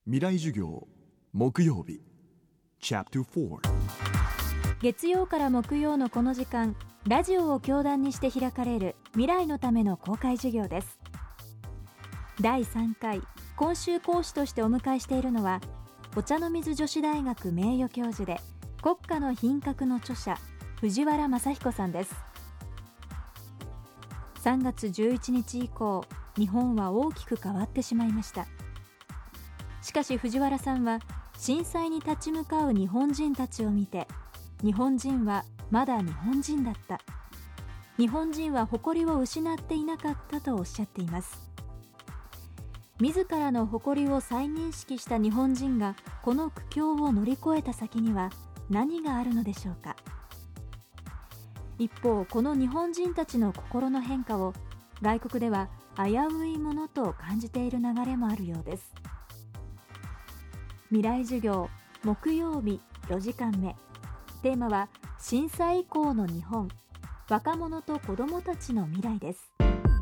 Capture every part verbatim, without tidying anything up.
未来授業木曜日チャプターよん。 月曜から木曜のこの時間、ラジオを教壇にして開かれる未来のための公開授業です。だいさんかい、今週講師としてお迎えしているのは、お茶の水女子大学名誉教授で国家の品格の著者、藤原正彦さんです。さんがつじゅういちにち以降、日本は大きく変わってしまいました。しかし藤原さんは、震災に立ち向かう日本人たちを見て、日本人はまだ日本人だった、日本人は誇りを失っていなかったとおっしゃっています。自らの誇りを再認識した日本人がこの苦境を乗り越えた先には何があるのでしょうか。一方、この日本人たちの心の変化を外国では危ういものと感じている流れもあるようです。未来授業木曜日よじかんめ、テーマは震災以降の日本、若者と子どもたちの未来です。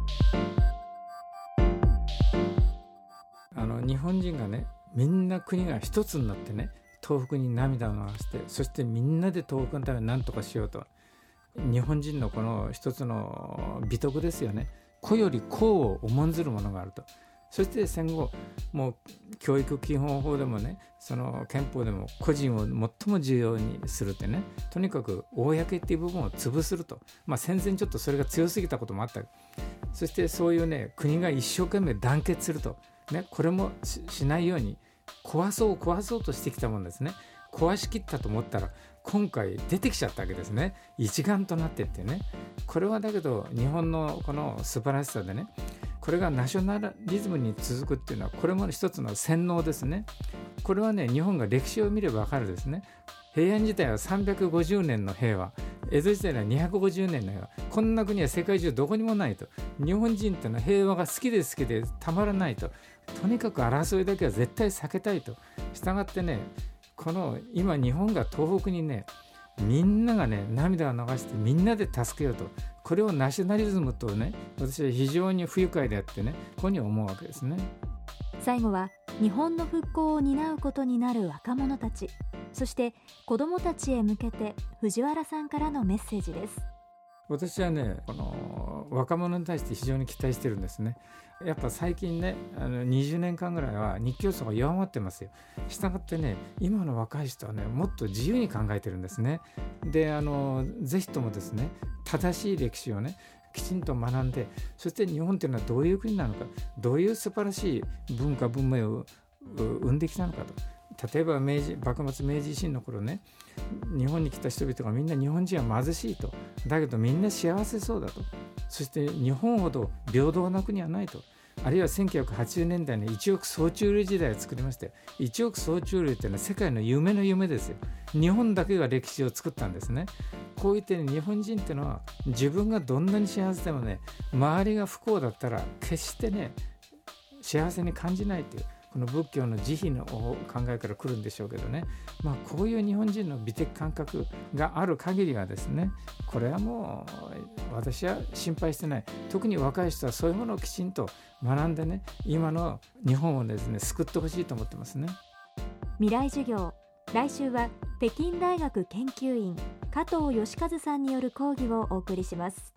あの日本人がね、みんな国が一つになってね、東北に涙を流して、そしてみんなで東北のために何とかしようと、日本人のこの一つの美徳ですよね。個より公を重んずるものがあると。そして戦後、もう教育基本法でもね、その憲法でも個人を最も重要にするってね、とにかく公っていう部分を潰すると。まあ戦前ちょっとそれが強すぎたこともあった。そしてそういうね、国が一生懸命団結すると。ね、これも し, しないように壊そう壊そうとしてきたもんですね。壊しきったと思ったら今回出てきちゃったわけですね。一丸となってってね。これはだけど日本のこの素晴らしさでね、これがナショナリズムに続くっていうのは、これも一つの洗脳ですね。これはね、日本が歴史を見ればわかるですね。平安時代はさんびゃくごじゅうねんの平和、江戸時代はにひゃくごじゅうねんの平和、こんな国は世界中どこにもないと。日本人ってのは平和が好きで好きでたまらないと。とにかく争いだけは絶対避けたいと。したがってね、この今日本が東北にね、みんながね涙を流してみんなで助けようと、これをナショナリズムとね、私は非常に不愉快であってね、ここに思うわけですね。 最後は日本の復興を担うことになる若者たち、そして子どもたちへ向けて藤原さんからのメッセージです。 私はね、この若者に対して非常に期待してるんですね。やっぱ最近ね、あのにじゅうねんかんぐらいは日教組が弱まってますよ。したがってね、今の若い人はね、もっと自由に考えてるんですね。で、あのぜひともですね、正しい歴史をねきちんと学んで、そして日本っていうのはどういう国なのか、どういう素晴らしい文化文明を生んできたのかと。例えば明治幕末明治維新の頃ね、日本に来た人々がみんな日本人は貧しいと、だけどみんな幸せそうだと、そして日本ほど平等な国はないと。あるいはせんきゅうひゃくはちじゅうねんだいのいちおく総中流時代を作りましたよ。いちおく総中流っていうのは世界の夢の夢ですよ。日本だけが歴史を作ったんですね。こういって日本人っていうのは、自分がどんなに幸せでもね、周りが不幸だったら決してね幸せに感じないという、この仏教の慈悲の考えから来るんでしょうけどね、まあ、こういう日本人の美的感覚がある限りはですね、これはもう私は心配してない。特に若い人はそういうものをきちんと学んでね、今の日本をですね救ってほしいと思ってますね。 未来授業、来週は北京大学研究員加藤義和さんによる講義をお送りします。